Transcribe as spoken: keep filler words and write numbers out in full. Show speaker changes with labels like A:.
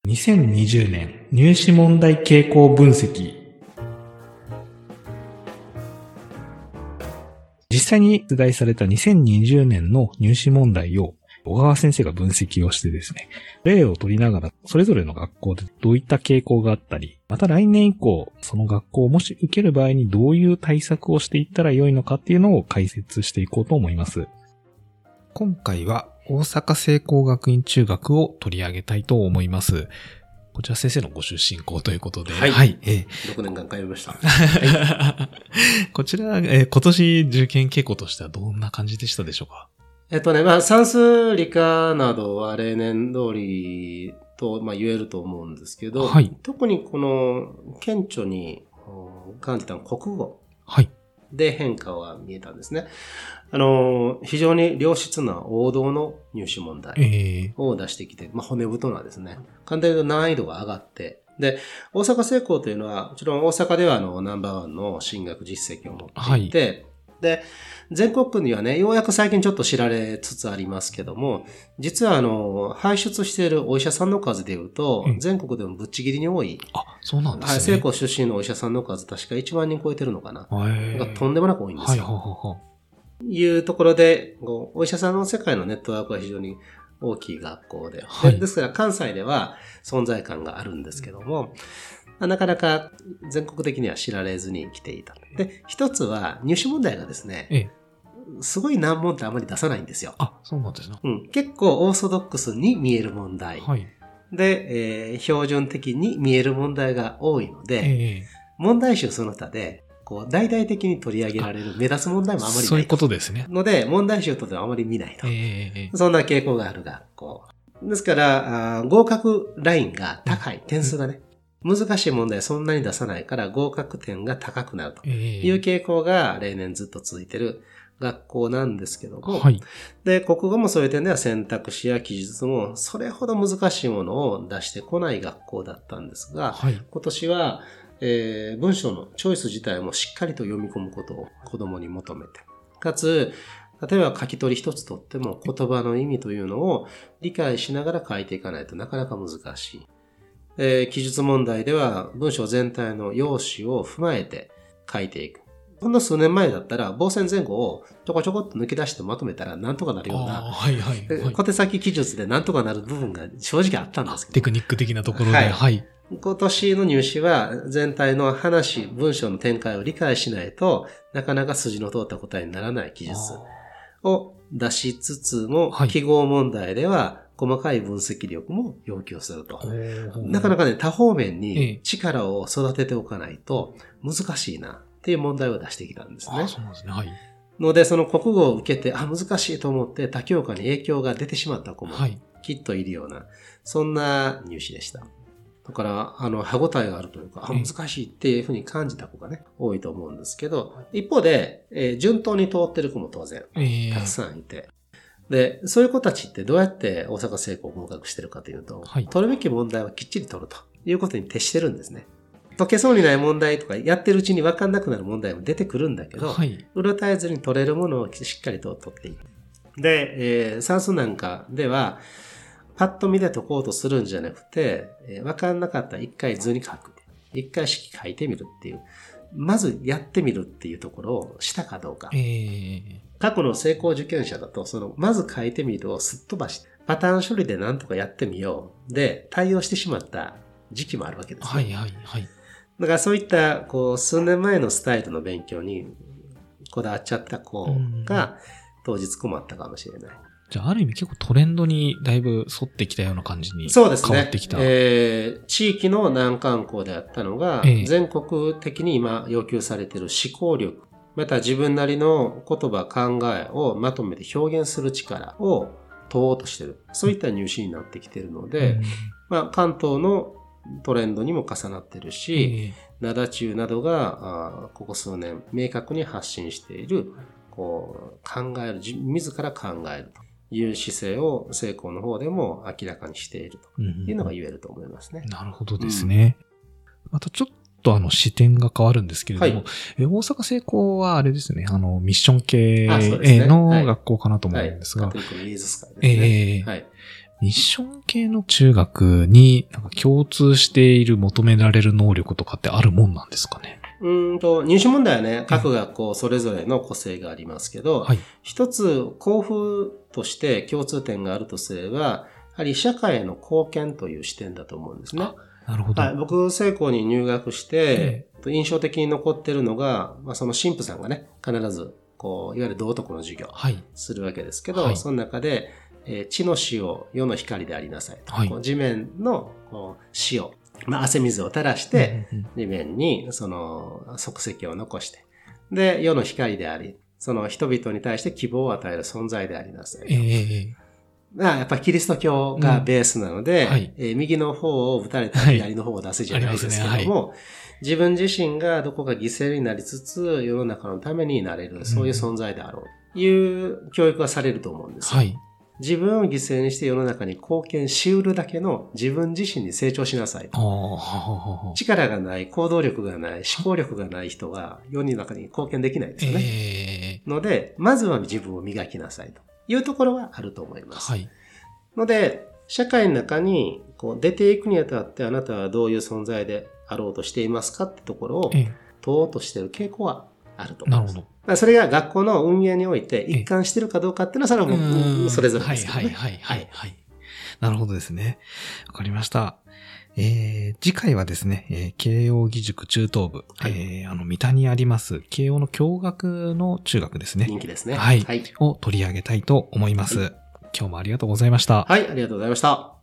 A: にせんにじゅうねん入試問題傾向分析。実際に出題されたにせんにじゅうねんの入試問題を小川先生が分析をしてですね、例を取りながらそれぞれの学校でどういった傾向があったり、また来年以降その学校をもし受ける場合にどういう対策をしていったら良いのかっていうのを解説していこうと思います。今回は大阪聖光学院中学を取り上げたいと思います。こちら先生のご出身校ということで。
B: はい。
A: はい、え
B: ー、ろくねんかん通いました。
A: はい、こちら、えー、今年受験傾向としてはどんな感じでしたでしょうか？
B: えっとね、まあ、算数、理科などは例年通りと、まあ、言えると思うんですけど、はい、特にこの、顕著に感じたのは国語。
A: はい。
B: で変化は見えたんですね。あの、非常に良質な王道の入試問題を出してきて、えー、まあ、骨太なですね。簡単に言うと難易度が上がって、で、大阪聖光というのは、もちろん大阪ではあのナンバーワンの進学実績を持っていて、はい、で、全国区にはね、ようやく最近ちょっと知られつつありますけども、実はあの、輩出しているお医者さんの数でいうと、うん、全国でもぶっちぎりに多い。
A: あ、そうなんですね。
B: はい、聖光出身のお医者さんの数確かいちまんにん超えてるのかな。がとんでもなく多いんですよ。はい、ほうほうほう。いうところで、お医者さんの世界のネットワークは非常に大きい学校で。はい、でですから関西では存在感があるんですけども、なかなか全国的には知られずに来ていた。で、一つは入試問題がですね、ええ、すごい難問ってあまり出さないんですよ。
A: あ、そうなんですね。
B: うん。結構オーソドックスに見える問題。はい。で、えー、標準的に見える問題が多いので、えー、問題集その他で、こう、大々的に取り上げられる目立つ問題もあまりない。
A: そういうことですね。
B: ので、問題集とではあまり見ないと。えー、そんな傾向がある学校。ですから、あ合格ラインが高い、点数がね。難しい問題はそんなに出さないから合格点が高くなるという傾向が例年ずっと続いている学校なんですけども、はい、で、国語もそういう点では選択肢や記述もそれほど難しいものを出してこない学校だったんですが、はい、今年は、えー、文章のチョイス自体もしっかりと読み込むことを子供に求めて、かつ、例えば書き取り一つとっても言葉の意味というのを理解しながら書いていかないとなかなか難しい。えー、記述問題では文章全体の要旨を踏まえて書いていく。ほんの数年前だったら、傍線前後をちょこちょこっと抜き出してまとめたらなんとかなるような、はいはいはい、小手先記述でなんとかなる部分が正直あったんですけど。
A: テクニック的なところで。はい。はい、
B: 今年の入試は全体の話、文章の展開を理解しないとなかなか筋の通った答えにならない記述を出しつつも、はい、記号問題では細かい分析力も要求すると。なかなかね、多方面に力を育てておかないと難しいなっていう問題を出してきたんですね。
A: あ、そうなんですね。はい。
B: ので、その国語を受けて、あ、難しいと思って他教科に影響が出てしまった子もきっといるような、はい、そんな入試でした。だから、あの、歯応えがあるというか、あ、難しいっていうふうに感じた子がね、多いと思うんですけど、一方で、えー、順当に通ってる子も当然、たくさんいて、で、そういう子たちってどうやって大阪聖光を合格してるかというと、はい、取るべき問題はきっちり取るということに徹してるんですね。解けそうにない問題とかやってるうちに分かんなくなる問題も出てくるんだけど、はい、うろたえずに取れるものをしっかりと取っていく。で、えー、算数なんかでは、パッと見で解こうとするんじゃなくて、えー、分かんなかったら一回図に書く。一回式書いてみるっていう。まずやってみるっていうところをしたかどうか。えー過去の成功受験者だと、その、まず書いてみるをすっ飛ばして、パターン処理で何とかやってみよう。で、対応してしまった時期もあるわけですね。
A: はいはいはい。
B: だからそういった、こう、数年前のスタイルの勉強にこだわっちゃった子が、当日困ったかもしれない。
A: じゃあ、ある意味結構トレンドにだいぶ沿ってきたような感じに変わってきた。
B: そうですね。えー、地域の難関校であったのが、えー、全国的に今要求されている思考力。また自分なりの言葉、考えをまとめて表現する力を問おうとしている。そういった入試になってきているので、うん、まあ、関東のトレンドにも重なっているし、えー、灘中などがここ数年明確に発信している、こう考える、自ら考えるという姿勢を聖光の方でも明らかにしているというのが言えると思いますね。
A: うん、なるほどですね。うん、またちょっととあの視点が変わるんですけれども、はい、え大阪聖光はあれですね、あのミッション系の学校かなと思うんですが、
B: カトリックのイエズス会ですね。
A: えー
B: はい、
A: ミッション系の中学になんか共通している求められる能力とかってあるもんなんですかね？
B: うんと、入試問題はね、各学校それぞれの個性がありますけど、はい、一つ交付として共通点があるとすれば、やはり社会への貢献という視点だと思うんですね。
A: なるほど。
B: はい、僕、成功に入学して、ええ、印象的に残ってるのが、まあ、その神父さんがね、必ず、こう、いわゆる道徳の授業するわけですけど、はい、その中で、えー、地の塩、世の光でありなさいと。はい、こう地面のこう塩、まあ、汗水を垂らして、地面にその足跡を残して、で、世の光であり、その人々に対して希望を与える存在でありなさい。えーやっぱりキリスト教がベースなので、うんはいえー、右の方を打たれたら左の方を出せじゃないですけども、はいねはい、自分自身がどこか犠牲になりつつ世の中のためになれる、そういう存在であろうという教育がされると思うんですよ。はい、自分を犠牲にして世の中に貢献しうるだけの自分自身に成長しなさい。力がない、行動力がない、思考力がない人は世の中に貢献できないですよね。えー、ので、まずは自分を磨きなさいと。いうところはあると思います。はい。ので、社会の中にこう出ていくにあたってあなたはどういう存在であろうとしていますかってところを問おうとしている傾向はあると思います。なるほど。それが学校の運営において一貫しているかどうかっていうのはそれはもうそれぞれですけどね。はいはいはいはい、はい。
A: なるほどですね。わかりました。えー、次回はですね、えー、慶応義塾中等部、はい、えー、あの、三田にあります、慶応の共学の中学ですね。
B: 人気ですね。
A: はい。はい、を取り上げたいと思います、はい。今日もありがとうございました。
B: はい、ありがとうございました。